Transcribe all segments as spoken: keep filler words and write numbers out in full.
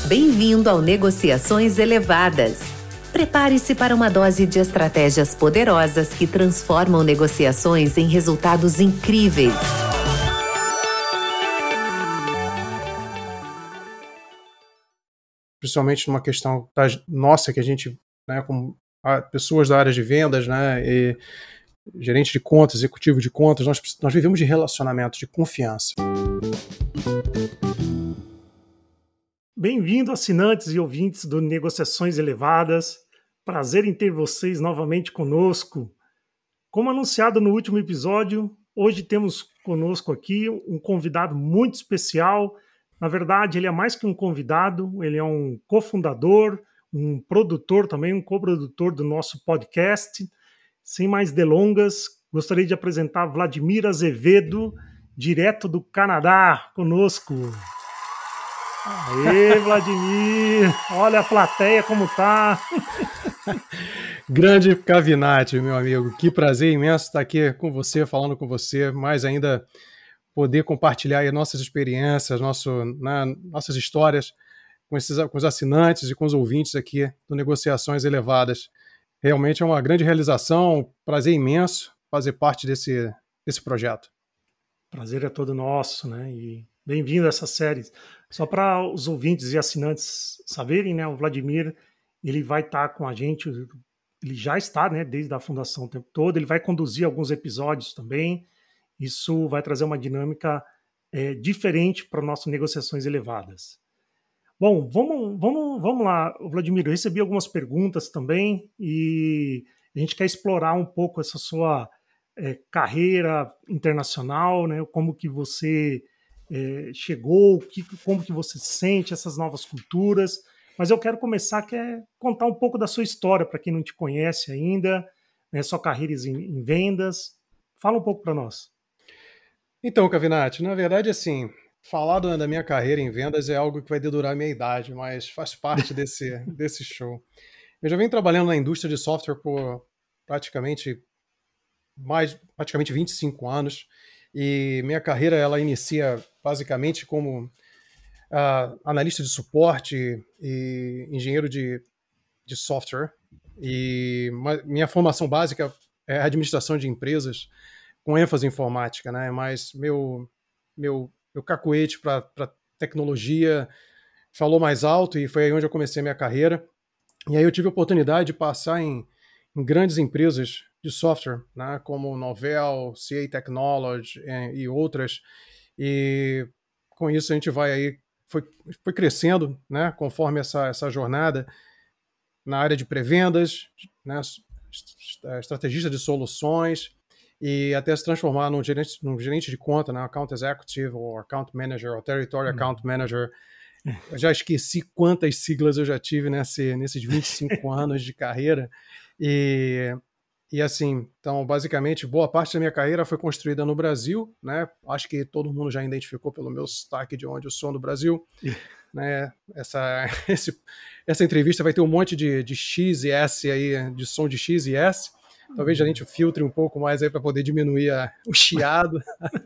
Bem-vindo ao Negociações Elevadas. Prepare-se para uma dose de estratégias poderosas que transformam negociações em resultados incríveis. Principalmente numa questão nossa, que a gente, né, como pessoas da área de vendas, né, e gerente de contas, executivo de contas, nós, nós vivemos de relacionamento, de confiança. Bem-vindo, assinantes e ouvintes do Negociações Elevadas. Prazer em ter vocês novamente conosco. Como anunciado no último episódio, hoje temos conosco aqui um convidado muito especial. Na verdade, ele é mais que um convidado, ele é um cofundador, um produtor também, um coprodutor do nosso podcast. Sem mais delongas, gostaria de apresentar Vladimir Azevedo, direto do Canadá, conosco. Aê, Vladimir! Olha a plateia como tá! Grande Cavinati, meu amigo. Que prazer imenso estar aqui com você, falando com você, mais ainda poder compartilhar aí nossas experiências, nosso, né, nossas histórias com, esses, com os assinantes e com os ouvintes aqui do Negociações Elevadas. Realmente é uma grande realização, um prazer imenso fazer parte desse, desse projeto. Prazer é todo nosso, né? E bem-vindo a essa série. Só para os ouvintes e assinantes saberem, né? O Vladimir, ele vai estar com a gente, ele já está, né? Desde a fundação o tempo todo, ele vai conduzir alguns episódios também. Isso vai trazer uma dinâmica é, diferente para nossas negociações elevadas. Bom, vamos, vamos, vamos lá, Vladimir, eu recebi algumas perguntas também e a gente quer explorar um pouco essa sua é, carreira internacional, né? Como que você é, chegou, que, como que você sente essas novas culturas. Mas eu quero começar, que é contar um pouco da sua história, para quem não te conhece ainda, né? Sua carreira em, em vendas. Fala um pouco para nós. Então, Cavinati, na verdade, assim, falar da minha carreira em vendas é algo que vai dedurar a minha idade, mas faz parte desse, desse show. Eu já venho trabalhando na indústria de software por praticamente mais praticamente vinte e cinco anos, e minha carreira ela inicia basicamente como uh, analista de suporte e engenheiro de, de software, e minha formação básica é administração de empresas com ênfase em informática, né? Mas meu, meu, meu cacuete para tecnologia falou mais alto e foi aí onde eu comecei a minha carreira. E aí eu tive a oportunidade de passar em, em grandes empresas de software, né? Como Novell, C A Technology e, e outras. E com isso a gente vai aí, foi, foi crescendo, né? Conforme essa, essa jornada na área de pré-vendas, né? Estrategista de soluções, e até se transformar num gerente, num gerente de conta, né? Account Executive, ou Account Manager, ou Territory Account Manager. Eu já esqueci quantas siglas eu já tive nesse, nesses vinte e cinco anos de carreira. E, e assim, então, basicamente, boa parte da minha carreira foi construída no Brasil, né? Acho que todo mundo já identificou pelo meu sotaque de onde eu sou no Brasil. Né? Essa, esse, essa entrevista vai ter um monte de, de X e S aí, de som de X e S. Talvez a gente filtre um pouco mais aí para poder diminuir a, o chiado.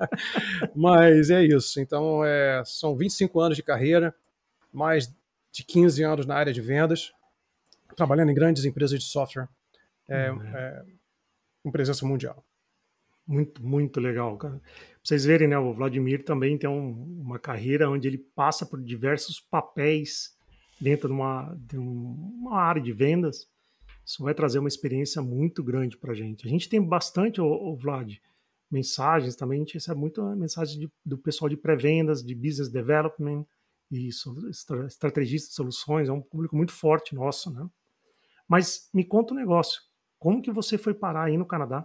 Mas é isso. Então, é, são vinte e cinco anos de carreira, mais de quinze anos na área de vendas, trabalhando em grandes empresas de software, é, uhum. é, com presença mundial. Muito, muito legal, cara. Pra vocês verem, né? O Vladimir também tem um, uma carreira onde ele passa por diversos papéis dentro de uma, de uma área de vendas. Isso vai trazer uma experiência muito grande para a gente. A gente tem bastante, o, o Vlad, mensagens também, a gente recebe muita mensagem de, do pessoal de pré-vendas, de business development, e estrategista de soluções, é um público muito forte nosso, né? Mas me conta um negócio, como que você foi parar aí no Canadá?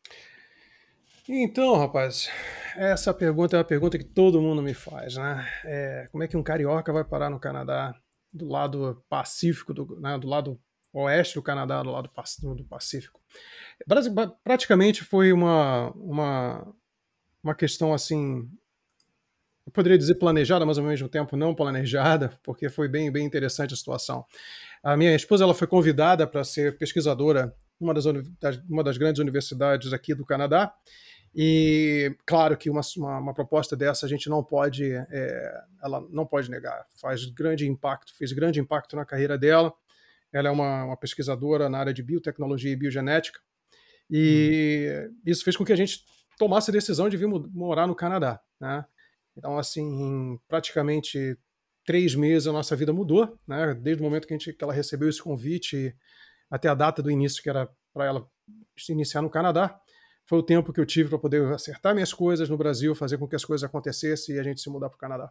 Então, rapaz, essa pergunta é uma pergunta que todo mundo me faz, né? É, como é que um carioca vai parar no Canadá, do lado pacífico, do, né, do lado oeste do Canadá, do lado do Pacífico? Praticamente foi uma, uma, uma questão assim, eu poderia dizer planejada, mas ao mesmo tempo não planejada, porque foi bem, bem interessante a situação. A minha esposa ela foi convidada para ser pesquisadora numa das, uma das grandes universidades aqui do Canadá, E claro que uma, uma, uma proposta dessa a gente não pode, é, ela não pode negar. Faz grande impacto, fez grande impacto na carreira dela. Ela é uma, uma pesquisadora na área de biotecnologia e biogenética. E hum. isso fez com que a gente tomasse a decisão de vir morar no Canadá, né? Então, assim, em praticamente três meses a nossa vida mudou, né? Desde o momento que, a gente, que ela recebeu esse convite até a data do início, que era para ela se iniciar no Canadá. Foi o tempo que eu tive para poder acertar minhas coisas no Brasil, fazer com que as coisas acontecessem e a gente se mudar para o Canadá.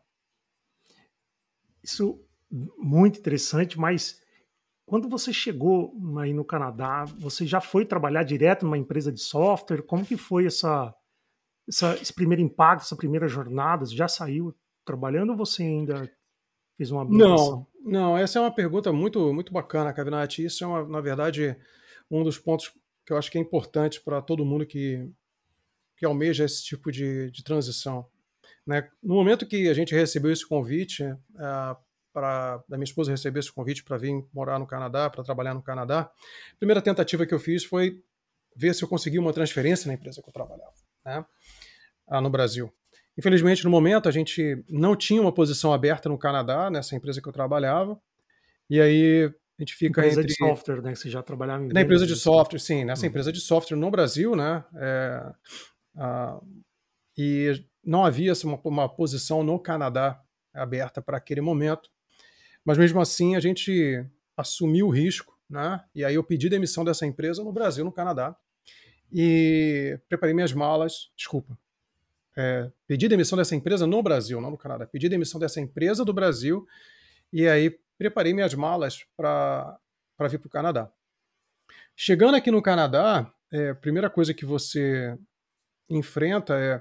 Isso muito interessante, mas quando você chegou aí no Canadá, você já foi trabalhar direto numa empresa de software? Como que foi essa, essa, esse primeiro impacto, essa primeira jornada? Você já saiu trabalhando ou você ainda fez uma habilitação? Não, não, essa é uma pergunta muito, muito bacana, Cavinati. Isso é, uma, na verdade, um dos pontos que eu acho que é importante para todo mundo que, que almeja esse tipo de, de transição. Né? No momento que a gente recebeu esse convite, uh, pra, da minha esposa receber esse convite para vir morar no Canadá, para trabalhar no Canadá, a primeira tentativa que eu fiz foi ver se eu conseguia uma transferência na empresa que eu trabalhava, né? uh, no Brasil. Infelizmente, no momento, a gente não tinha uma posição aberta no Canadá, nessa empresa que eu trabalhava, e aí a gente fica empresa entre... de software, né? Que você já trabalhava em Na empresa de software, software. Sim, nessa uhum. empresa de software no Brasil, né? É, uh, e não havia uma, uma posição no Canadá aberta para aquele momento, mas mesmo assim a gente assumiu o risco, né? E aí eu pedi demissão dessa empresa no Brasil, no Canadá, e preparei minhas malas, desculpa, é, pedi demissão dessa empresa no Brasil, não no Canadá, pedi demissão dessa empresa do Brasil e aí preparei minhas malas para para vir para o Canadá. Chegando aqui no Canadá, é, a primeira coisa que você enfrenta é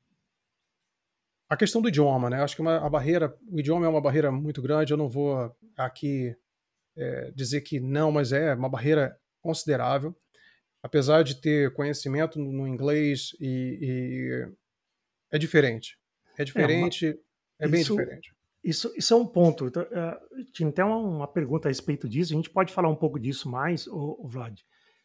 a questão do idioma, né? Acho que uma, a barreira, o idioma é uma barreira muito grande. Eu não vou aqui é, dizer que não, mas é uma barreira considerável. Apesar de ter conhecimento no, no inglês e, e é diferente. É diferente, é, uma... é bem isso, diferente. Isso, isso é um ponto. Então, uh, tinha até uma, uma pergunta a respeito disso. A gente pode falar um pouco disso mais, ô, ô Vlad.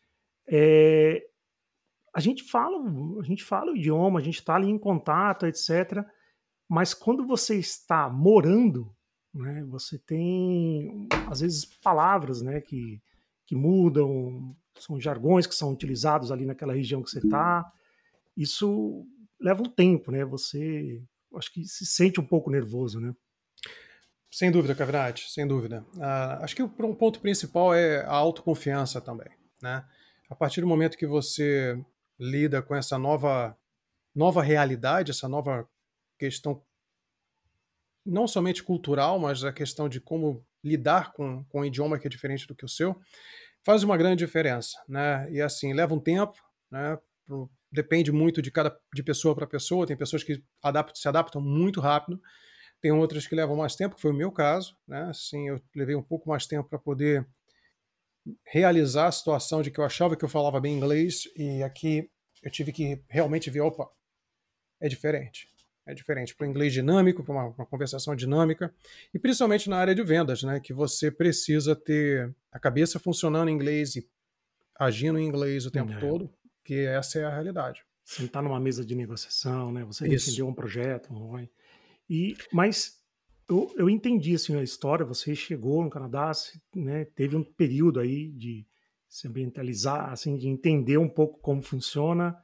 É, a gente fala, a gente fala o idioma, a gente está ali em contato, etcétera. Mas quando você está morando, né, você tem, às vezes, palavras, né, que, que mudam, são jargões que são utilizados ali naquela região que você está. Isso leva um tempo, né? Você, acho que se sente um pouco nervoso, né? Sem dúvida, Cavinati, sem dúvida. Uh, acho que um ponto principal é a autoconfiança também, né? A partir do momento que você lida com essa nova, nova realidade, essa nova questão não somente cultural, mas a questão de como lidar com, com um idioma que é diferente do que o seu, faz uma grande diferença, né? E assim, leva um tempo, né? Pro, depende muito de cada de pessoa para pessoa. Tem pessoas que adaptam, se adaptam muito rápido, tem outras que levam mais tempo, que foi o meu caso, né? Assim, eu levei um pouco mais tempo para poder realizar a situação de que eu achava que eu falava bem inglês e aqui eu tive que realmente ver, opa, é diferente. É diferente para o inglês dinâmico, para uma, uma conversação dinâmica, e principalmente na área de vendas, né, que você precisa ter a cabeça funcionando em inglês e agindo em inglês o tempo é. todo, que essa é a realidade. Você está numa mesa de negociação, né? Você defendeu um projeto, não vai. E, mas eu, eu entendi assim, a história, você chegou no Canadá, né, teve um período aí de se ambientalizar, assim, de entender um pouco como funciona,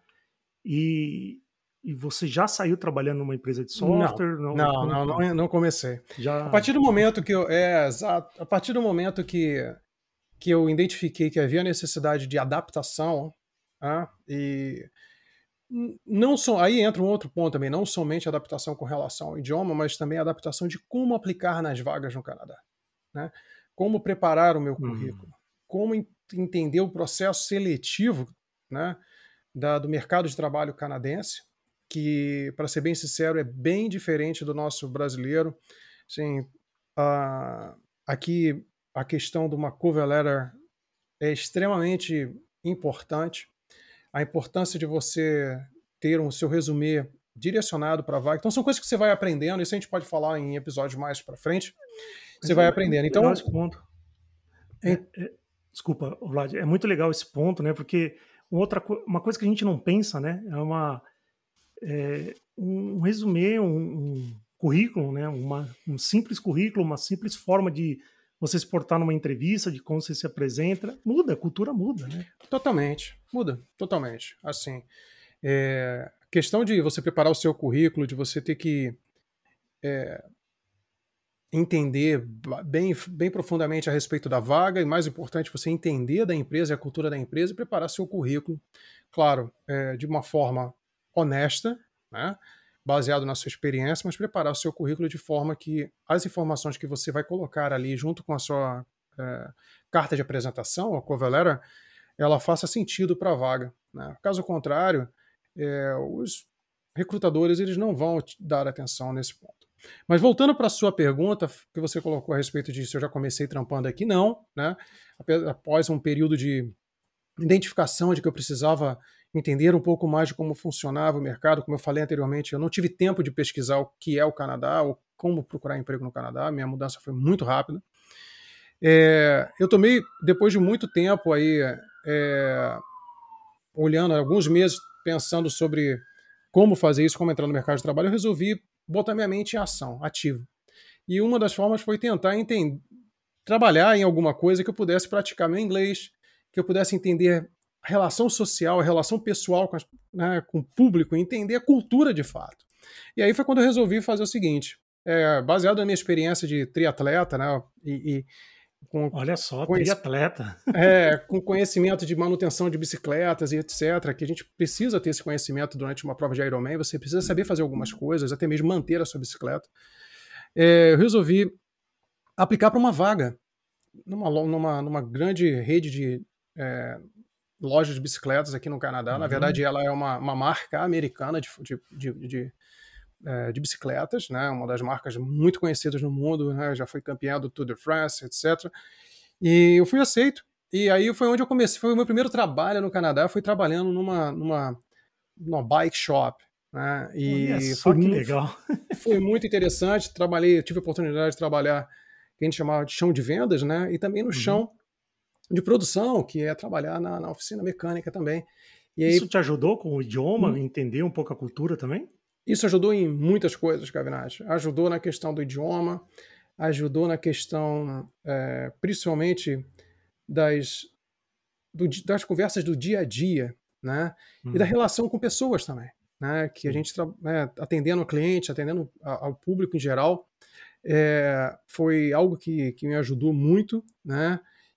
e, e você já saiu trabalhando numa empresa de software? Não, não, não, não, não, não comecei. Já... A partir do momento que eu, é, exato, a partir do momento que, que eu identifiquei que havia necessidade de adaptação, ah, e não só, aí entra um outro ponto também, não somente adaptação com relação ao idioma, mas também adaptação de como aplicar nas vagas no Canadá, né? Como preparar o meu currículo, hum. como entender o processo seletivo, né, da, do mercado de trabalho canadense, que, para ser bem sincero, é bem diferente do nosso brasileiro. Assim, a, aqui a questão de uma cover letter é extremamente importante. A importância de você ter o seu resumê direcionado para a vaga. Então, são coisas que você vai aprendendo, isso a gente pode falar em episódios mais para frente. Você Mas vai é aprendendo. Então, esse ponto. É, é, desculpa, Vlad, é muito legal esse ponto, né? Porque outra, uma coisa que a gente não pensa, né? É uma, é, um resumê, um, um currículo, né? Uma, um simples currículo, uma simples forma de você se portar numa entrevista, de como você se apresenta, muda, a cultura muda, né? Totalmente, muda, totalmente. Assim, é, a questão de você preparar o seu currículo, de você ter que é, entender bem, bem profundamente a respeito da vaga, e mais importante, você entender da empresa, a cultura da empresa, e preparar seu currículo, claro, é, de uma forma honesta, né, baseado na sua experiência, mas preparar o seu currículo de forma que as informações que você vai colocar ali junto com a sua é, carta de apresentação, a cover letter, ela faça sentido para a vaga, né? Caso contrário, é, os recrutadores eles não vão te dar atenção nesse ponto. Mas voltando para a sua pergunta, que você colocou a respeito disso, eu já comecei trampando aqui, não, né? Após um período de identificação de que eu precisava entender um pouco mais de como funcionava o mercado, como eu falei anteriormente, eu não tive tempo de pesquisar o que é o Canadá, ou como procurar emprego no Canadá, minha mudança foi muito rápida. É, eu tomei, depois de muito tempo aí, é, olhando alguns meses, pensando sobre como fazer isso, como entrar no mercado de trabalho, eu resolvi botar minha mente em ação, ativo. E uma das formas foi tentar entender, trabalhar em alguma coisa que eu pudesse praticar meu inglês, que eu pudesse entender a relação social, a relação pessoal com, as, né, com o público, entender a cultura de fato. E aí foi quando eu resolvi fazer o seguinte, é, baseado na minha experiência de triatleta, né, e, e com, Olha só, com, triatleta. é, com conhecimento de manutenção de bicicletas e etcétera, que a gente precisa ter esse conhecimento durante uma prova de Ironman, você precisa saber fazer algumas coisas, até mesmo manter a sua bicicleta. É, eu resolvi aplicar para uma vaga numa, numa, numa grande rede de é, lojas de bicicletas aqui no Canadá. Uhum. Na verdade, ela é uma, uma marca americana de, de, de, de, é, de bicicletas, né? Uma das marcas muito conhecidas no mundo, né? Já foi campeã do Tour de France, etcétera. E eu fui aceito. E aí foi onde eu comecei, foi o meu primeiro trabalho no Canadá, fui trabalhando numa, numa, numa bike shop. Né? E Olha só foi que muito, legal. Foi muito interessante, trabalhei, tive a oportunidade de trabalhar, que a gente chamava de chão de vendas, né? E também no uhum. chão de produção, que é trabalhar na, na oficina mecânica também. E aí, isso te ajudou com o idioma, hum, entender um pouco a cultura também? Isso ajudou em muitas coisas, Gavinati. Ajudou na questão do idioma, ajudou na questão, é, principalmente, das, do, das conversas do dia a dia, né? Hum. E da relação com pessoas também. Né, que a gente né, atendendo ao cliente, atendendo ao público em geral, é, foi algo que, que me ajudou muito, né,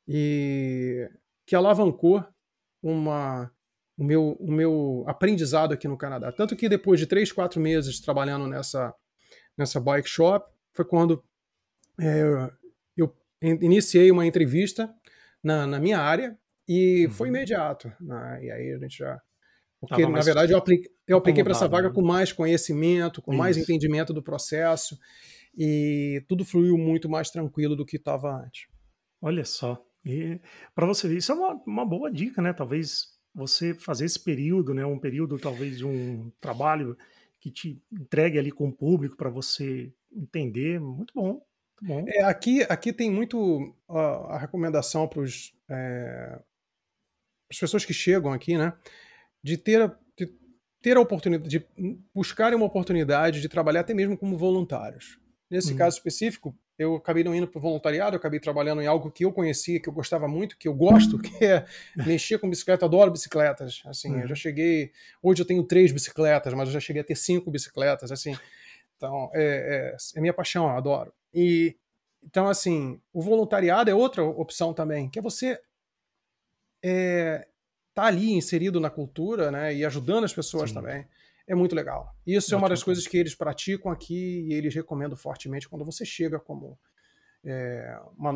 e que alavancou uma, o, meu, o meu aprendizado aqui no Canadá. Tanto que depois de três, quatro meses trabalhando nessa, nessa bike shop, foi quando é, eu iniciei uma entrevista na, na minha área e uhum. foi imediato. Né, e aí a gente já... Porque, na verdade, eu apliquei, eu apliquei para essa vaga né? com mais conhecimento, com Isso. mais entendimento do processo, e tudo fluiu muito mais tranquilo do que estava antes. Olha só. E para você ver, isso é uma, uma boa dica, né? Talvez você fazer esse período, né? Um período, talvez, de um trabalho que te entregue ali com o público para você entender. Muito bom. Muito bom. É, aqui, aqui tem muito a, a recomendação para é, as pessoas que chegam aqui, né? De ter, de ter a oportunidade, de buscarem uma oportunidade de trabalhar até mesmo como voluntários. Nesse hum. caso específico, eu acabei não indo para o voluntariado, eu acabei trabalhando em algo que eu conhecia, que eu gostava muito, que eu gosto, que é mexer com bicicleta, adoro bicicletas. Assim, hum. eu já cheguei, hoje eu tenho três bicicletas, mas eu já cheguei a ter cinco bicicletas, assim. Então, é, é, é minha paixão, eu adoro. E, então, assim, o voluntariado é outra opção também, que é você... É, tá ali inserido na cultura, né, e ajudando as pessoas Sim. também, é muito legal. Isso Ótimo. É uma das coisas que eles praticam aqui e eles recomendam fortemente quando você chega como é, uma,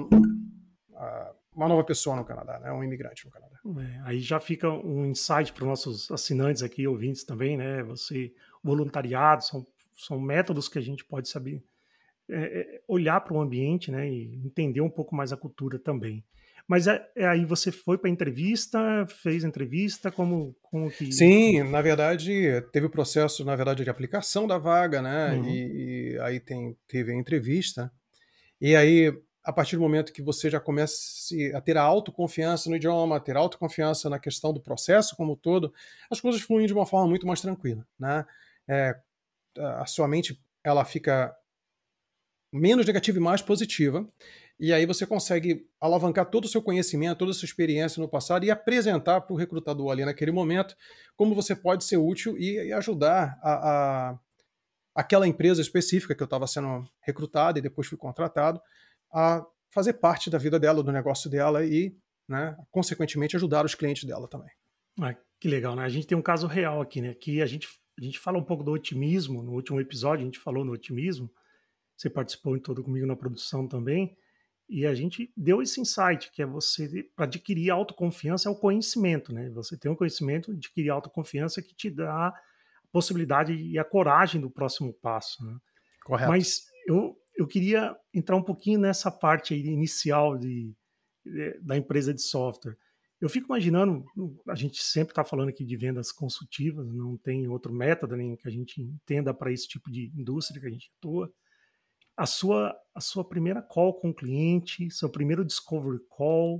uma nova pessoa no Canadá, né, um imigrante no Canadá. É, aí já fica um insight para os nossos assinantes aqui, ouvintes também, né, você, voluntariado, são, são métodos que a gente pode saber, é, é, olhar para o ambiente, né, e entender um pouco mais a cultura também. Mas é, é aí você foi para a entrevista, fez a entrevista, como, como que... Sim, na verdade, teve o processo, na verdade, de aplicação da vaga, né? Uhum. E, e aí tem, teve a entrevista. E aí, a partir do momento que você já começa a ter a autoconfiança no idioma, a ter autoconfiança na questão do processo como um todo, as coisas fluem de uma forma muito mais tranquila, né? é, a sua mente ela fica menos negativa e mais positiva, e aí você consegue alavancar todo o seu conhecimento, toda a sua experiência no passado e apresentar para o recrutador ali naquele momento como você pode ser útil e, e ajudar a, a, aquela empresa específica que eu estava sendo recrutado e depois fui contratado a fazer parte da vida dela, do negócio dela e, né, consequentemente, ajudar os clientes dela também. Ah, que legal, né? A gente tem um caso real aqui, né? Que a gente, a gente fala um pouco do otimismo, no último episódio a gente falou no otimismo, você participou em todo comigo na produção também, e a gente deu esse insight, que é você, para adquirir autoconfiança, é o conhecimento, né? Você tem um conhecimento, adquirir autoconfiança que te dá a possibilidade e a coragem do próximo passo, né? Correto. Mas eu, eu queria entrar um pouquinho nessa parte aí inicial de, de, da empresa de software. Eu fico imaginando, a gente sempre está falando aqui de vendas consultivas, não tem outro método nem que a gente entenda para esse tipo de indústria que a gente atua. A sua, a sua primeira call com o cliente, seu primeiro discovery call,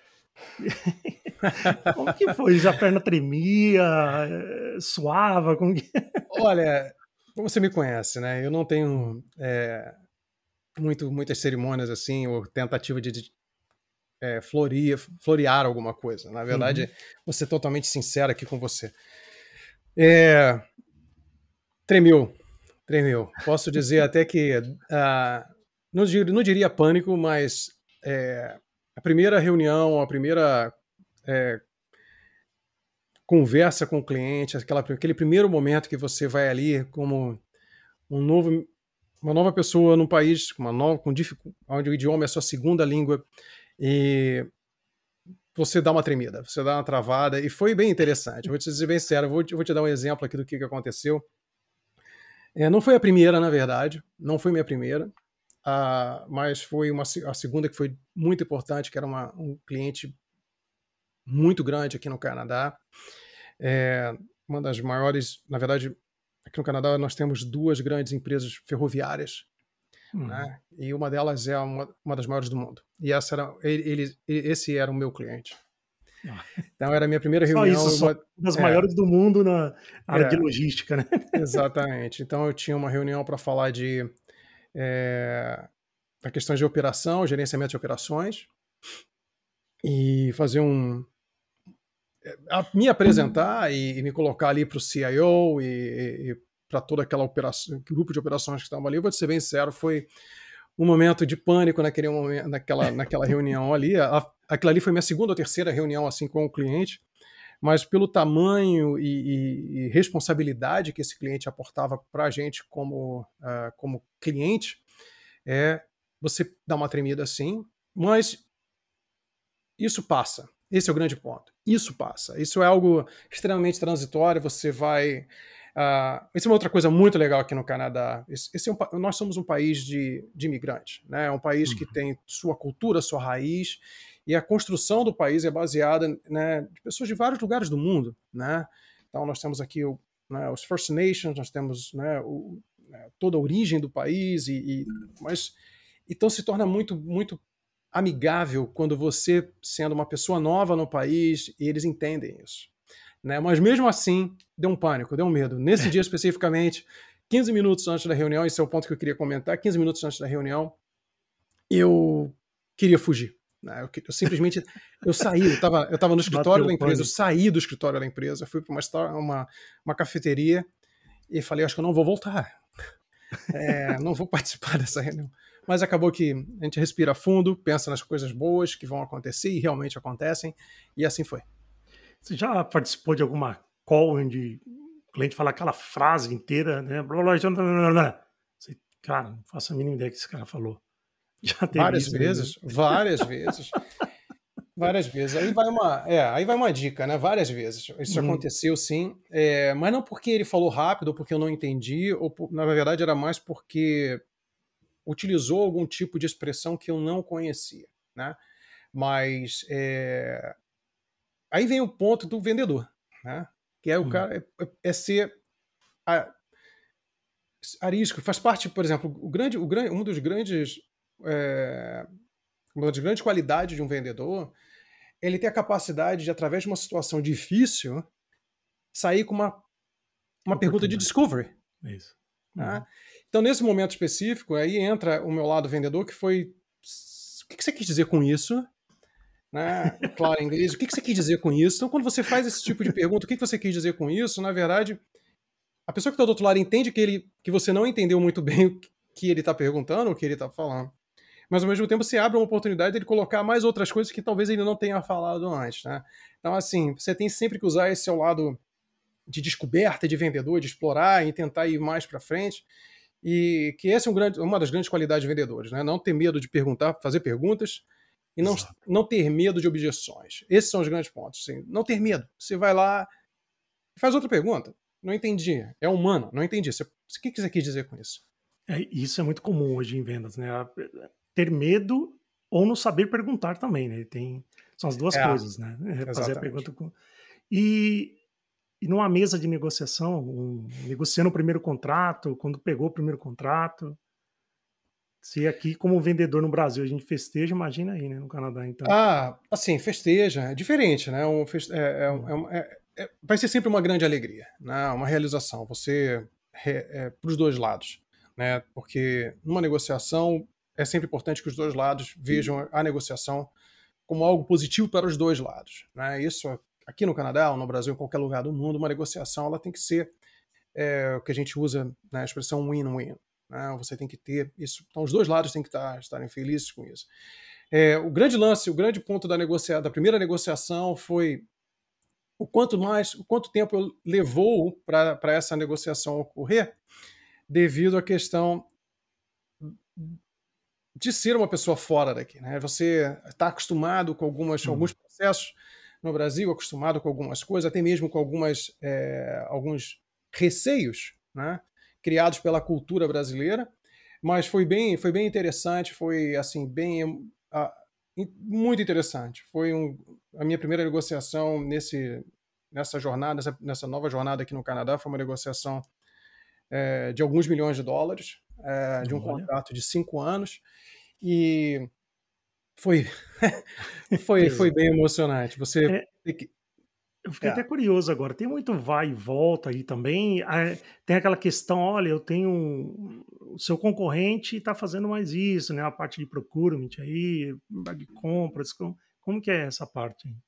como que foi? Já a perna tremia, suava? Como que... Olha, você me conhece, né? Eu não tenho é, muito, muitas cerimônias assim, ou tentativa de, de é, florir, florear alguma coisa. Na verdade, uhum. Vou ser totalmente sincero aqui com você. É, tremeu, tremeu. Posso dizer até que, uh, não, diria, não diria pânico, mas é, a primeira reunião, a primeira é, conversa com o cliente, aquela, aquele primeiro momento que você vai ali como um novo, uma nova pessoa num país uma nova, com dific, onde o idioma é a sua segunda língua, e você dá uma tremida, você dá uma travada, e foi bem interessante. Eu vou te dizer bem sério, eu vou te, eu vou te dar um exemplo aqui do que, que aconteceu. É, não foi a primeira, na verdade, não foi minha primeira, uh, mas foi uma, a segunda que foi muito importante, que era uma, um cliente muito grande aqui no Canadá. É, uma das maiores, na verdade, aqui no Canadá nós temos duas grandes empresas ferroviárias, uhum. né? E uma delas é uma, uma das maiores do mundo. E essa era, ele, ele, esse era o meu cliente. Então era a minha primeira reunião. Só isso, só uma das é, maiores do mundo na área é, de logística, né? Exatamente. Então eu tinha uma reunião para falar de é, a questões de operação, gerenciamento de operações, e fazer um a, me apresentar e, e me colocar ali para o C I O e, e, e para toda aquela operação, grupo de operações que estavam ali. Eu vou te ser bem sincero, foi um momento de pânico naquele momento, naquela, naquela reunião ali. A, aquela ali foi minha segunda ou terceira reunião assim com o cliente, mas pelo tamanho e, e, e responsabilidade que esse cliente aportava para a gente como, uh, como cliente, é, você dá uma tremida assim, mas isso passa. Esse é o grande ponto. Isso passa. Isso é algo extremamente transitório. Você vai... Uh, isso é uma outra coisa muito legal aqui no Canadá. Esse, esse é um, nós somos um país de, de imigrantes, né? É um país que tem sua cultura, sua raiz, e a construção do país é baseada, né, de pessoas de vários lugares do mundo, né? Então nós temos aqui o, né, os First Nations, nós temos, né, o, né, toda a origem do país, e, e, mas então se torna muito, muito amigável quando você, sendo uma pessoa nova no país, e eles entendem isso, né? Mas mesmo assim, deu um pânico, deu um medo. Nesse dia especificamente, quinze minutos antes da reunião, esse é o ponto que eu queria comentar, quinze minutos antes da reunião, eu queria fugir, né? Eu, eu simplesmente, eu saí, eu estava eu tava no escritório da empresa, eu saí do escritório da empresa, fui para uma, uma, uma cafeteria e falei, acho que eu não vou voltar, é, não vou participar dessa reunião. Mas acabou que a gente respira fundo, pensa nas coisas boas que vão acontecer e realmente acontecem, e assim foi. Você já participou de alguma call onde o cliente fala aquela frase inteira, né? Blá, blá, blá, blá, blá. Você, cara, não faço a mínima ideia que esse cara falou. Já teve várias isso, vezes, né? várias vezes. Várias vezes. Aí vai uma, é, aí vai uma dica, né? Várias vezes. Isso hum. aconteceu, sim. É, mas não porque ele falou rápido, ou porque eu não entendi, ou por, na verdade era mais porque utilizou algum tipo de expressão que eu não conhecia, né? Mas é... aí vem o ponto do vendedor, né? Que é o hum. cara é, é ser a, arisco, faz parte, por exemplo, o grande, o grande, um dos grandes é, uma das grandes qualidades de um vendedor, ele tem a capacidade de, através de uma situação difícil, sair com uma uma pergunta de discovery. Isso. Tá? Uhum. Então, nesse momento específico, aí entra o meu lado vendedor, que foi: o que você quis dizer com isso? Né? Claro, em inglês, o que você quis dizer com isso? Então, quando você faz esse tipo de pergunta, o que você quis dizer com isso? Na verdade, a pessoa que está do outro lado entende que, ele, que você não entendeu muito bem o que ele está perguntando, o que ele está falando. Mas, ao mesmo tempo, você abre uma oportunidade de ele colocar mais outras coisas que talvez ele não tenha falado antes. Né? Então, assim, você tem sempre que usar esse seu lado de descoberta, de vendedor, de explorar e tentar ir mais para frente. E que essa é um grande, uma das grandes qualidades de vendedores, né? Não ter medo de perguntar, fazer perguntas e não, não ter medo de objeções. Esses são os grandes pontos. Assim. Não ter medo. Você vai lá e faz outra pergunta. Não entendi. É humano. Não entendi. Você, o que você quis dizer com isso? É, isso é muito comum hoje em vendas, né? Ter medo ou não saber perguntar também, né? Tem, são as duas É, coisas, né? É fazer a pergunta com... E, e numa mesa de negociação, um, negociando o primeiro contrato, quando pegou o primeiro contrato, se aqui, como vendedor no Brasil, a gente festeja, imagina aí, né? No Canadá, então. Ah, assim, festeja. É diferente, né? Um feste... é, é, é, é, é, vai ser sempre uma grande alegria, né? Uma realização. Você, é, para os dois lados, né? Porque numa negociação é sempre importante que os dois lados vejam a negociação como algo positivo para os dois lados, né? Isso aqui no Canadá ou no Brasil, em qualquer lugar do mundo, uma negociação ela tem que ser é, o que a gente usa na né, expressão win-win. Né? Você tem que ter isso. Então, os dois lados têm que estar, estarem felizes com isso. É, o grande lance, o grande ponto da, negocia... da primeira negociação foi o quanto mais, o quanto tempo levou para essa negociação ocorrer, devido à questão de ser uma pessoa fora daqui. Né? Você está acostumado com algumas, hum. alguns processos no Brasil, acostumado com algumas coisas, até mesmo com algumas, é, alguns receios, né? Criados pela cultura brasileira, mas foi bem, foi bem interessante, foi assim bem uh, muito interessante. Foi um, a minha primeira negociação nesse, nessa jornada, nessa, nessa nova jornada aqui no Canadá, foi uma negociação é, de alguns milhões de dólares, é, de um Olha. contrato de cinco anos, e foi, foi, foi bem emocionante. Você é, eu fiquei é. até curioso agora. Tem muito vai e volta aí também. Tem aquela questão, olha, eu tenho o seu concorrente está fazendo mais isso, né? A parte de procurement aí, de compras. Como, como que é essa parte aí?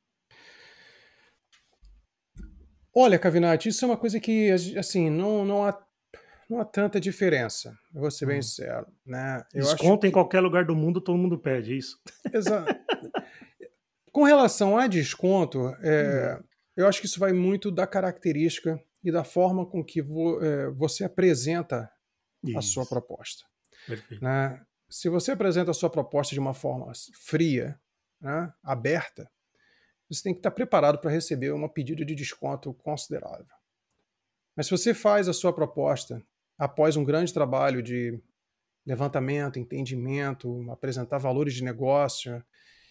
Olha, Cavinati, isso é uma coisa que, assim, não, não há não há tanta diferença, eu vou ser bem hum. sincero. Né? Eu Desconto acho que... em qualquer lugar do mundo, todo mundo pede, é isso? Exato. Com relação a desconto, é, hum. eu acho que isso vai muito da característica e da forma com que vo, é, você apresenta isso. a sua proposta. Perfeito. Né? Se você apresenta a sua proposta de uma forma fria, né, aberta, você tem que estar preparado para receber uma pedida de desconto considerável. Mas se você faz a sua proposta após um grande trabalho de levantamento, entendimento, apresentar valores de negócio,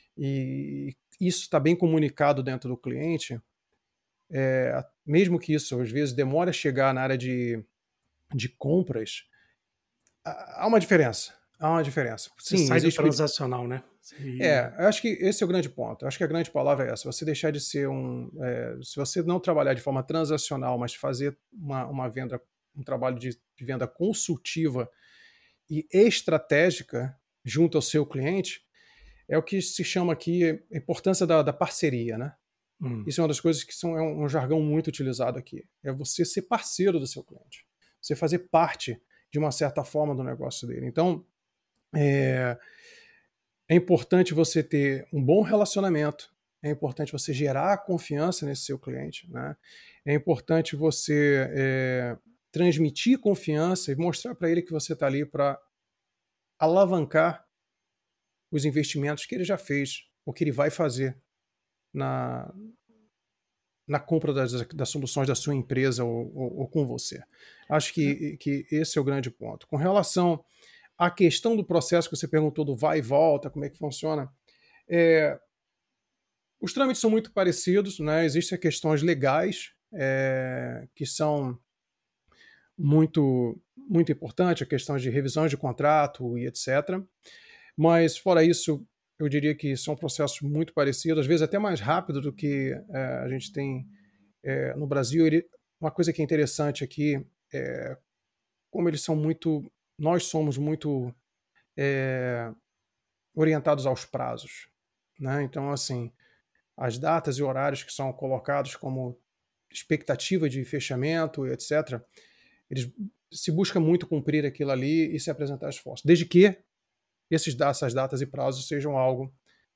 e isso está bem comunicado dentro do cliente, é, mesmo que isso às vezes demore a chegar na área de, de compras, há uma diferença. Há uma diferença. Sim, Você sai existe do transacional, né? Sim. É, eu acho que esse é o grande ponto. Eu acho que a grande palavra é essa. Você deixar de ser um... É, se você não trabalhar de forma transacional, mas fazer uma, uma venda, um trabalho de, de venda consultiva e estratégica junto ao seu cliente, é o que se chama aqui a importância da, da parceria, né? Hum. Isso é uma das coisas que são, é um, um jargão muito utilizado aqui. É você ser parceiro do seu cliente. Você fazer parte, de uma certa forma, do negócio dele. Então, é, é importante você ter um bom relacionamento, é importante você gerar confiança nesse seu cliente, né? É importante você é, transmitir confiança e mostrar para ele que você está ali para alavancar os investimentos que ele já fez, ou que ele vai fazer na, na compra das, das soluções da sua empresa ou, ou, ou com você. Acho que, que esse é o grande ponto. Com relação à questão do processo que você perguntou do vai e volta, como é que funciona, é, os trâmites são muito parecidos, né? Existem questões legais é, que são muito, muito importantes, a questão de revisões de contrato e etcétera. Mas, fora isso, eu diria que são processos muito parecidos, às vezes até mais rápidos do que é, a gente tem é, no Brasil. Ele, uma coisa que é interessante aqui é como eles são muito, nós somos muito é, orientados aos prazos, né? Então, assim, as datas e horários que são colocados como expectativa de fechamento, etcétera, eles se busca muito cumprir aquilo ali e se apresentar esforço, desde que esses, essas datas e prazos sejam algo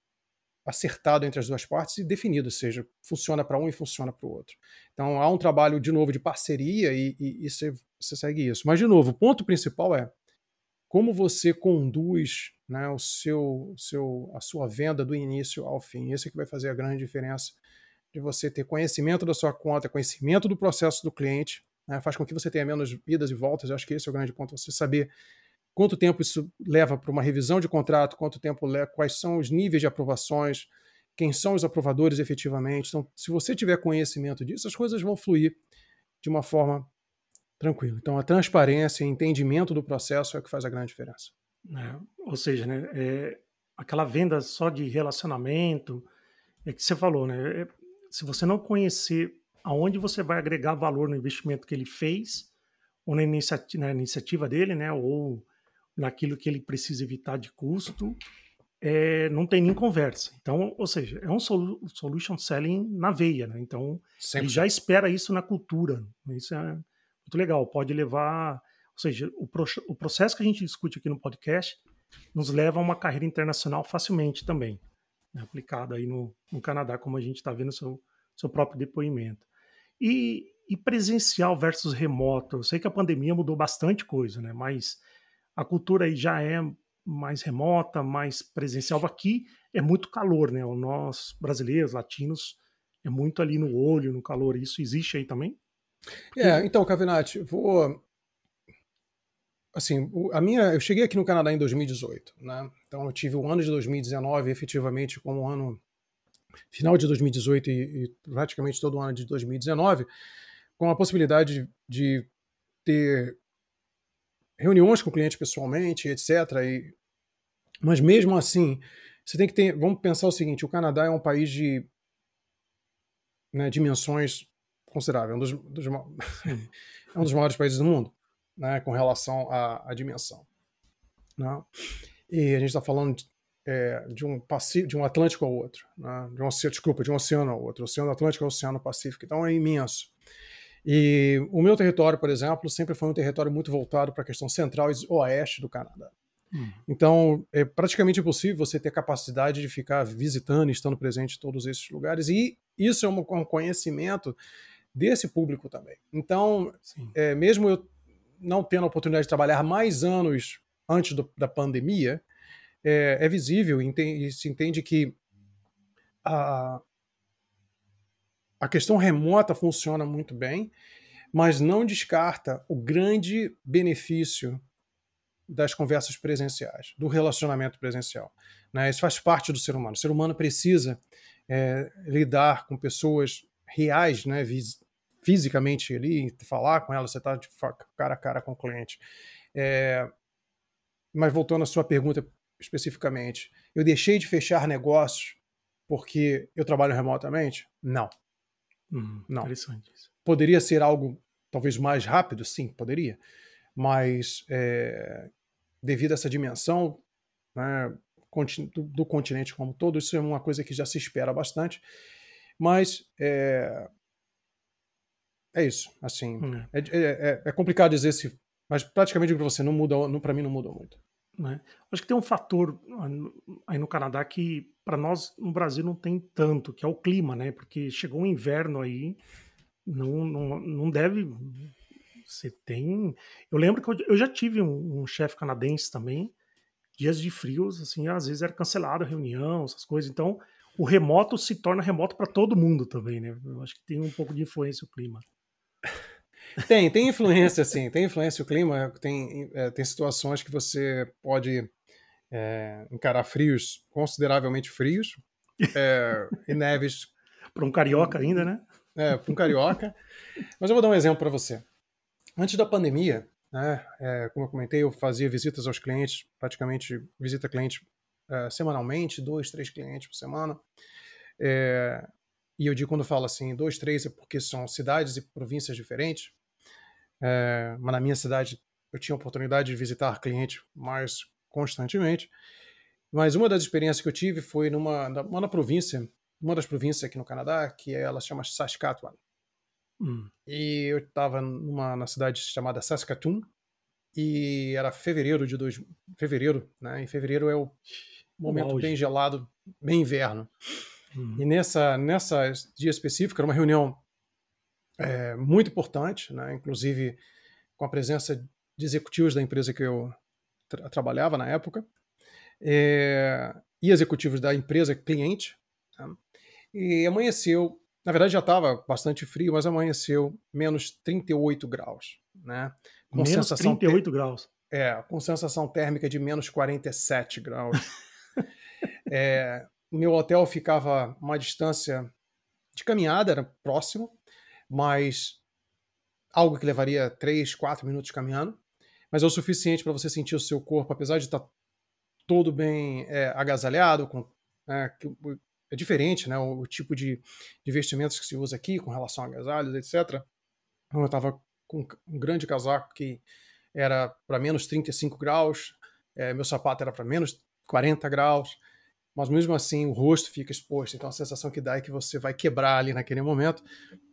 acertado entre as duas partes e definido, ou seja, funciona para um e funciona para o outro. Então há um trabalho, de novo, de parceria e, e, e você, você segue isso. Mas, de novo, o ponto principal é como você conduz, né, o seu, seu, a sua venda do início ao fim. Esse é que vai fazer a grande diferença de você ter conhecimento da sua conta, conhecimento do processo do cliente, né, faz com que você tenha menos idas e voltas. Eu acho que esse é o grande ponto, você saber quanto tempo isso leva para uma revisão de contrato, quanto tempo leva, quais são os níveis de aprovações, quem são os aprovadores efetivamente. Então, se você tiver conhecimento disso, as coisas vão fluir de uma forma tranquila. Então, a transparência e entendimento do processo é o que faz a grande diferença. É, ou seja, né, é, aquela venda só de relacionamento, é que você falou, né? É, se você não conhecer aonde você vai agregar valor no investimento que ele fez, ou na iniciativa, na iniciativa dele, né, ou naquilo que ele precisa evitar de custo, é, não tem nem conversa. Então, ou seja, é um solution selling na veia, né? Então, cem por cento. Ele já espera isso na cultura. Isso é muito legal. Pode levar, ou seja, o, pro, o processo que a gente discute aqui no podcast nos leva a uma carreira internacional facilmente também, né? Aplicada aí no, no Canadá, como a gente está vendo o seu, seu próprio depoimento. E, e presencial versus remoto. Eu sei que a pandemia mudou bastante coisa, né? Mas a cultura aí já é mais remota, mais presencial. Aqui é muito calor, né? Nós, brasileiros, latinos, é muito ali no olho, no calor. Isso existe aí também? Porque... É, então, Cavinati, vou... Assim, a minha... Eu cheguei aqui no Canadá em dois mil e dezoito, né? Então eu tive o ano de dois mil e dezenove efetivamente como ano... Final de dois mil e dezoito e, e praticamente todo o ano de dois mil e dezenove, com a possibilidade de, de ter reuniões com o cliente pessoalmente, etcétera. E, mas mesmo assim, você tem que ter... Vamos pensar o seguinte, o Canadá é um país de, né, dimensões consideráveis, é um dos, dos, é um dos maiores países do mundo, né, com relação à, à dimensão. Né? E a gente está falando de, é, de, um Pacífico, de um Atlântico ao outro, né? de um, desculpa, de um oceano ao outro, Oceano Atlântico ao Oceano Pacífico, então é imenso. E o meu território, por exemplo, sempre foi um território muito voltado para a questão central e oeste do Canadá. Hum. Então, é praticamente impossível você ter capacidade de ficar visitando e estando presente em todos esses lugares, e isso é um conhecimento desse público também. Então, é, mesmo eu não tendo a oportunidade de trabalhar mais anos antes do, da pandemia, é, é visível e, entende, e se entende que a, a questão remota funciona muito bem, mas não descarta o grande benefício das conversas presenciais, do relacionamento presencial. Né? Isso faz parte do ser humano. O ser humano precisa é, lidar com pessoas reais, né, fisicamente ali, falar com elas, você está cara a cara com o cliente. É, mas voltando à sua pergunta especificamente, eu deixei de fechar negócios porque eu trabalho remotamente? Não. Hum, Não. Interessante isso. Poderia ser algo talvez mais rápido? Sim, poderia. Mas é, devido a essa dimensão, né, do, do continente como todo, isso é uma coisa que já se espera bastante. Mas é, é isso. Assim, hum. é, é, é complicado dizer se, mas praticamente para você não muda, não, para mim não muda muito. Né? Acho que tem um fator aí no Canadá que para nós no Brasil não tem tanto, que é o clima, né? Porque chegou um inverno aí, não, não, não deve. Você tem. Eu lembro que eu, eu já tive um, um chefe canadense também, dias de frios, assim, às vezes era cancelada a reunião, essas coisas. Então, o remoto se torna remoto para todo mundo também, né? Eu acho que tem um pouco de influência o clima. Tem, tem influência, sim, tem influência o clima, tem, é, tem situações que você pode é, encarar frios consideravelmente frios, é, e neves... Para um carioca ainda, né? É, para um carioca. Mas eu vou dar um exemplo para você. Antes da pandemia, né, é, como eu comentei, eu fazia visitas aos clientes, praticamente visita cliente é, semanalmente, dois, três clientes por semana. É, e eu digo quando eu falo assim, dois, três, é porque são cidades e províncias diferentes, é, mas na minha cidade eu tinha a oportunidade de visitar clientes mais constantemente, mas uma das experiências que eu tive foi numa, numa província, uma das províncias aqui no Canadá, que ela se chama Saskatchewan. Hum. E eu estava numa na cidade chamada Saskatoon, e era fevereiro de dois, fevereiro, né? Em fevereiro é o momento bem gelado, bem inverno. Hum. E nessa nessa dia específico era uma reunião é, muito importante, né? Inclusive com a presença de executivos da empresa que eu tra trabalhava na época, é, e executivos da empresa cliente. Né? E amanheceu, na verdade já estava bastante frio, mas amanheceu menos trinta e oito graus, né? Com Menos sensação trinta e oito graus. É, com sensação térmica de menos quarenta e sete graus. é, meu hotel ficava a uma distância de caminhada, era próximo, mas algo que levaria três, quatro minutos caminhando, mas é o suficiente para você sentir o seu corpo, apesar de estar todo bem é, agasalhado, com, é, que, é diferente, né, o, o tipo de, de vestimentos que se usa aqui com relação a agasalhos, etcétera. Então, eu estava com um grande casaco que era para menos trinta e cinco graus, é, meu sapato era para menos quarenta graus, mas mesmo assim o rosto fica exposto, então a sensação que dá é que você vai quebrar ali naquele momento.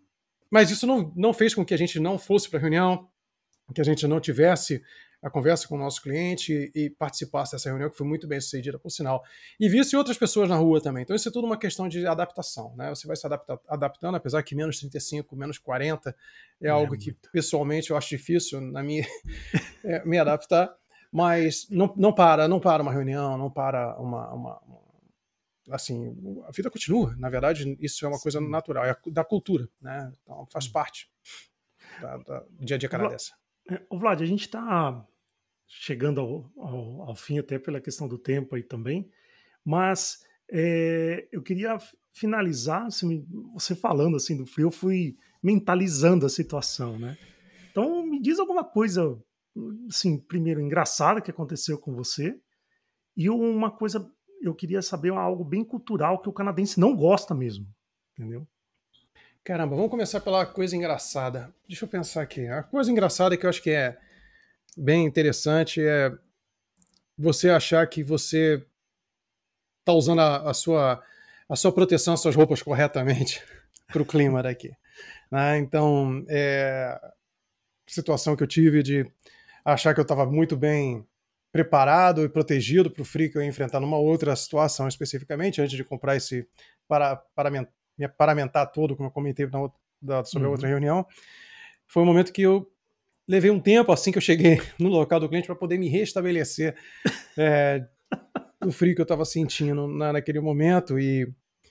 Mas isso não, não fez com que a gente não fosse para a reunião, que a gente não tivesse a conversa com o nosso cliente e participasse dessa reunião, que foi muito bem sucedida, por sinal. E visse outras pessoas na rua também. Então isso é tudo uma questão de adaptação, né? Você vai se adapta, adaptando, apesar que menos trinta e cinco, menos quarenta é, é algo muito. Que pessoalmente eu acho difícil na minha, é, me adaptar, mas não, não para, não para uma reunião, não para uma, uma, uma assim, a vida continua. Na verdade, isso é uma Sim. coisa natural, é da cultura, né? Então faz parte da, da, do dia a dia canadense. O Vlad, a gente está chegando ao, ao, ao fim até pela questão do tempo aí também, mas é, eu queria finalizar, assim, você falando assim do frio, eu fui mentalizando a situação, né? Então me diz alguma coisa, assim, primeiro engraçada que aconteceu com você e uma coisa, eu queria saber algo bem cultural que o canadense não gosta mesmo, entendeu? Caramba, vamos começar pela coisa engraçada. Deixa eu pensar aqui. A coisa engraçada que eu acho que é bem interessante é você achar que você está usando a, a, sua, a sua proteção, as suas roupas corretamente para o clima daqui. Né? Então, é situação que eu tive de achar que eu estava muito bem preparado e protegido para o frio que eu ia enfrentar numa outra situação especificamente, antes de comprar esse para, para me paramentar todo, como eu comentei na outra, da, sobre a outra uhum. reunião. Foi um momento que eu levei um tempo assim que eu cheguei no local do cliente para poder me restabelecer é, do frio que eu estava sentindo na, naquele momento. E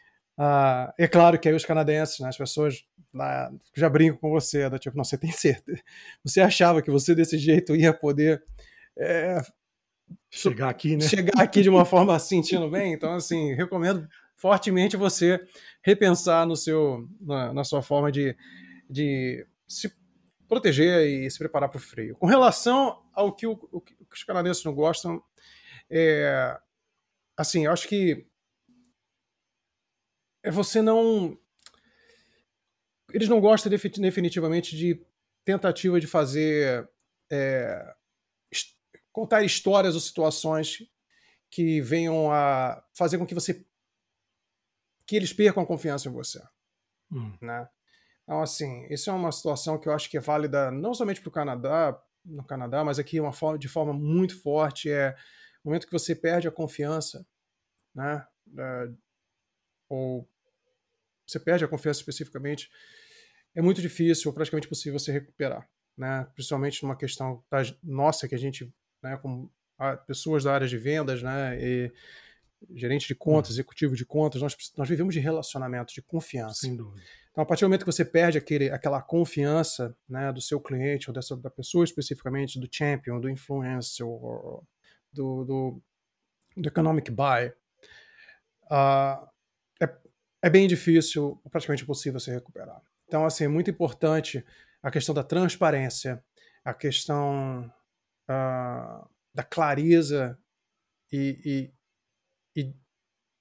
uh, é claro que aí os canadenses, né, as pessoas lá, já brincam com você, do tipo, não, você tem certeza, você achava que você desse jeito ia poder é, chegar aqui, né? Chegar aqui de uma forma sentindo bem. Então, assim, recomendo fortemente você repensar no seu, na, na sua forma de, de se proteger e se preparar para o frio. Com relação ao que, o, o que os canadenses não gostam, é, assim, eu acho que é você não... Eles não gostam definitivamente de tentativa de fazer... É, contar histórias ou situações que venham a fazer com que você que eles percam a confiança em você. Hum. Né? Então, assim, isso é uma situação que eu acho que é válida não somente para o Canadá, no Canadá, mas aqui uma forma, de forma muito forte, é o momento que você perde a confiança, né? É, ou você perde a confiança especificamente, é muito difícil, ou praticamente impossível você recuperar, né? Principalmente numa questão da nossa, que a gente, né, como pessoas da área de vendas, né, e gerente de contas, hum. executivo de contas, nós, nós vivemos de relacionamento, de confiança. Sem dúvida. Então, a partir do momento que você perde aquele, aquela confiança, né, do seu cliente, ou dessa, da pessoa especificamente, do champion, do influencer, ou do, do, do economic buy, uh, é, é bem difícil, praticamente impossível se recuperar. Então, assim, é muito importante a questão da transparência, a questão uh, da clareza e, e, e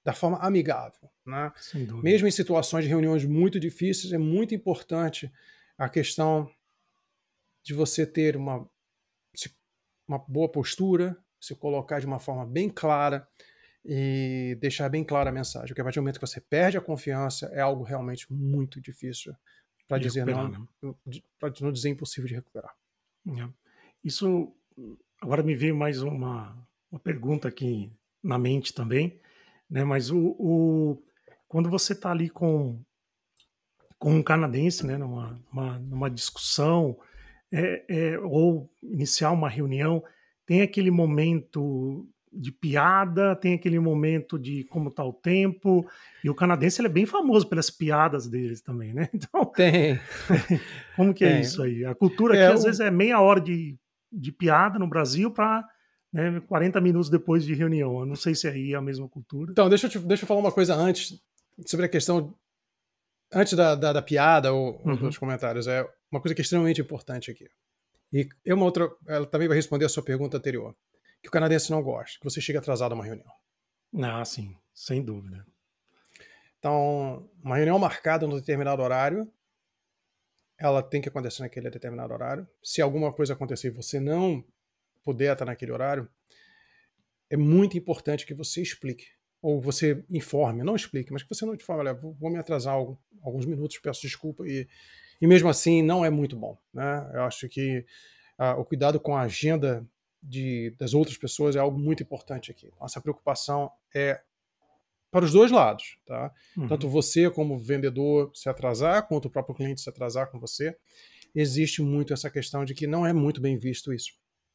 da forma amigável, né? Sem dúvida. Mesmo em situações de reuniões muito difíceis, é muito importante a questão de você ter uma, uma boa postura, se colocar de uma forma bem clara e deixar bem clara a mensagem. Porque a partir do momento que você perde a confiança, é algo realmente muito difícil, para De dizer recuperar, não, né? para não dizer impossível de recuperar. É. Isso, agora me veio mais uma, uma pergunta aqui na mente também, né? Mas o, o quando você está ali com, com um canadense, né? Numa, uma, numa discussão, é, é, ou iniciar uma reunião, tem aquele momento de piada, tem aquele momento de como está o tempo, e o canadense ele é bem famoso pelas piadas deles também, né? Então, Tem. como que é Tem. isso aí? A cultura É, aqui, às o- vezes, é meia hora de, de piada no Brasil para, né, quarenta minutos depois de reunião. Eu não sei se aí é a mesma cultura. Então, deixa eu, te- deixa eu falar uma coisa antes, sobre a questão, antes da, da, da piada ou, ou Uhum. dos comentários. É uma coisa que é extremamente importante aqui. E é uma outra, ela também vai responder a sua pergunta anterior, que o canadense não gosta, que você chegue atrasado a uma reunião. Ah, sim, sem dúvida. Então, uma reunião marcada num determinado horário, ela tem que acontecer naquele determinado horário. Se alguma coisa acontecer e você não puder estar naquele horário, é muito importante que você explique. Ou você informe, não explique, mas que você não te fale, olha, vou, vou me atrasar algum- alguns minutos, peço desculpa. E, e mesmo assim, não é muito bom, né? Eu acho que ah, o cuidado com a agenda de, das outras pessoas é algo muito importante aqui. Essa preocupação é para os dois lados, tá? Uhum. Tanto você como vendedor se atrasar, quanto o próprio cliente se atrasar com você. Existe muito essa questão de que não é muito bem visto isso.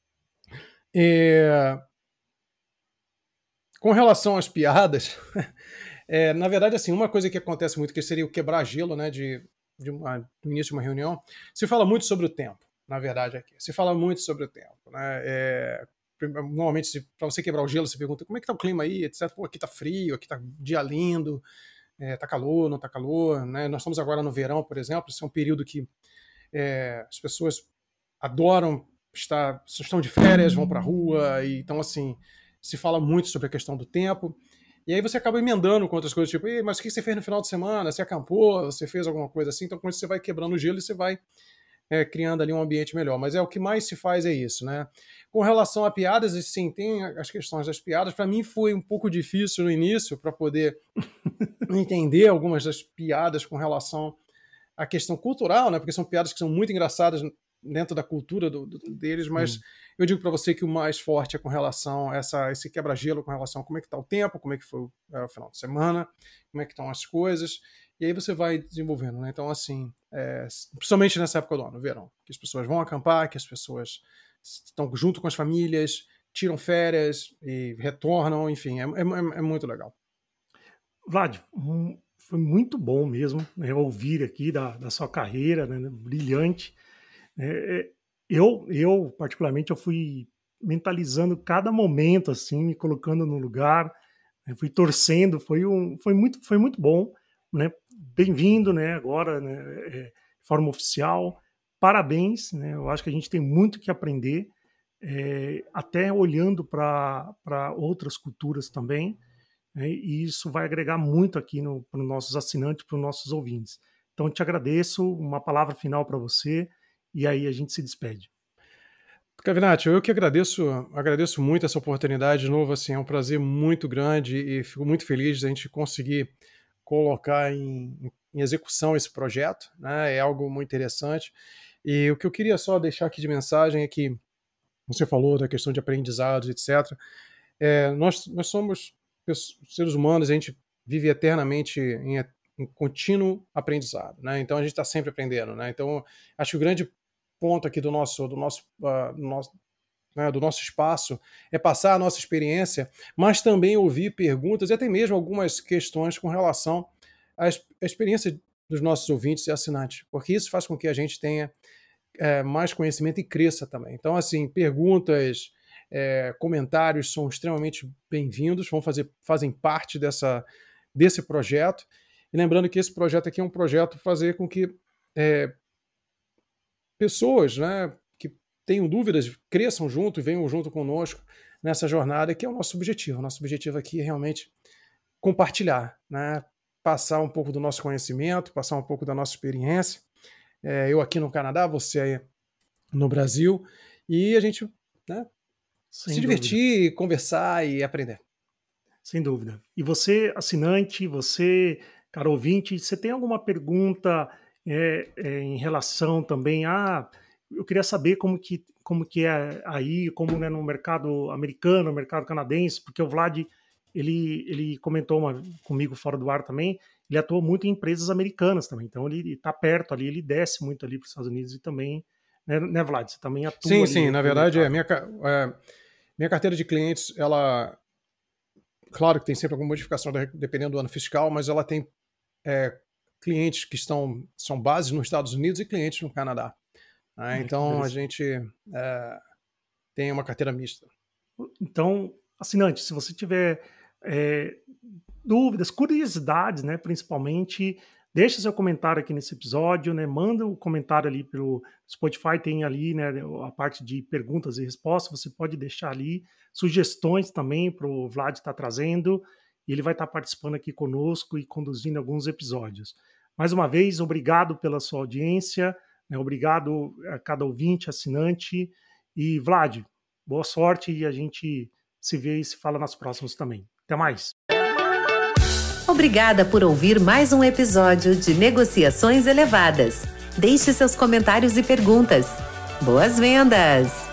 É... Com relação às piadas, é, na verdade, assim, uma coisa que acontece muito, que seria o quebrar gelo, né, de, de uma, do início de uma reunião, se fala muito sobre o tempo, na verdade, aqui. Se fala muito sobre o tempo, né? É, normalmente, para você quebrar o gelo, você pergunta como é que tá o clima aí, etcétera. Pô, aqui tá frio, aqui tá dia lindo, é, tá calor, não tá calor, né? Nós estamos agora no verão, por exemplo, esse é um período que é, as pessoas adoram estar, estão de férias, vão para a rua, e, então, assim, se fala muito sobre a questão do tempo. E aí você acaba emendando com outras coisas, tipo, mas o que você fez no final de semana? Você acampou? Você fez alguma coisa assim? Então, com isso, você vai quebrando o gelo e você vai é, criando ali um ambiente melhor. Mas é o que mais se faz é isso, né? Com relação a piadas, sim, tem as questões das piadas. Para mim foi um pouco difícil no início para poder entender algumas das piadas com relação à questão cultural, né? Porque são piadas que são muito engraçadas dentro da cultura do, do, deles, mas Sim. eu digo para você que o mais forte é com relação a essa, esse quebra-gelo, com relação a como é que está o tempo, como é que foi o, é, o final de semana, como é que estão as coisas, e aí você vai desenvolvendo, né? Então, assim, é, principalmente nessa época do ano, verão, que as pessoas vão acampar, que as pessoas estão junto com as famílias, tiram férias e retornam, enfim, é, é, é muito legal. Vlad, um, foi muito bom mesmo, né, ouvir aqui da, da sua carreira, né, brilhante. É, eu, eu, particularmente, eu fui mentalizando cada momento, assim, me colocando no lugar, né, fui torcendo, foi, um, foi, muito, foi muito bom, né? Bem-vindo, né, agora, né, é, de forma oficial, parabéns, né, eu acho que a gente tem muito que aprender, é, até olhando para outras culturas também, né, e isso vai agregar muito aqui no, para os nossos assinantes, para os nossos ouvintes. Então, eu te agradeço, uma palavra final para você, e aí a gente se despede. Cavinati, eu que agradeço, agradeço muito essa oportunidade de novo, assim, é um prazer muito grande e fico muito feliz de a gente conseguir colocar em, em execução esse projeto, né? É algo muito interessante. E o que eu queria só deixar aqui de mensagem é que você falou da questão de aprendizados, etcétera. É, nós, nós somos seres humanos, a gente vive eternamente em, em contínuo aprendizado, né? Então a gente está sempre aprendendo, né? Então acho que o grande ponto aqui do nosso, do nosso, uh, do nosso, né, do nosso espaço é passar a nossa experiência, mas também ouvir perguntas e até mesmo algumas questões com relação à, à experiência dos nossos ouvintes e assinantes, porque isso faz com que a gente tenha é, mais conhecimento e cresça também. Então, assim, perguntas, é, comentários são extremamente bem-vindos, vão fazer, fazem parte dessa, desse projeto. E lembrando que esse projeto aqui é um projeto fazer com que é, pessoas, né, que tenham dúvidas cresçam junto e venham junto conosco nessa jornada, que é o nosso objetivo. O nosso objetivo aqui é realmente compartilhar, né? Passar um pouco do nosso conhecimento, passar um pouco da nossa experiência. É, eu aqui no Canadá, você aí no Brasil, e a gente, né, se divertir, conversar e aprender. Sem dúvida. E você, assinante, você, caro ouvinte, você tem alguma pergunta é, é, em relação também a... Eu queria saber como que, como que é aí, como é no mercado americano, no mercado canadense, porque o Vlad, ele, ele comentou uma, comigo fora do ar também, ele atua muito em empresas americanas também, então ele está perto ali, ele desce muito ali para os Estados Unidos e também, né, né Vlad, você também atua Sim, ali, sim, na verdade, a minha, é, minha carteira de clientes, ela... Claro que tem sempre alguma modificação dependendo do ano fiscal, mas ela tem é, clientes que estão, são bases nos Estados Unidos e clientes no Canadá. Né? Então, a gente é, tem uma carteira mista. Então, assinante, se você tiver é, dúvidas, curiosidades, né, principalmente, deixa seu comentário aqui nesse episódio, né, manda o um comentário ali pelo Spotify, tem ali, né, a parte de perguntas e respostas, você pode deixar ali sugestões também para o Vlad estar trazendo, e ele vai estar participando aqui conosco e conduzindo alguns episódios. Mais uma vez, obrigado pela sua audiência, né, obrigado a cada ouvinte, assinante, e Vlad, boa sorte e a gente se vê e se fala nas próximas também. Até mais! Obrigada por ouvir mais um episódio de Negociações Elevadas. Deixe seus comentários e perguntas. Boas vendas!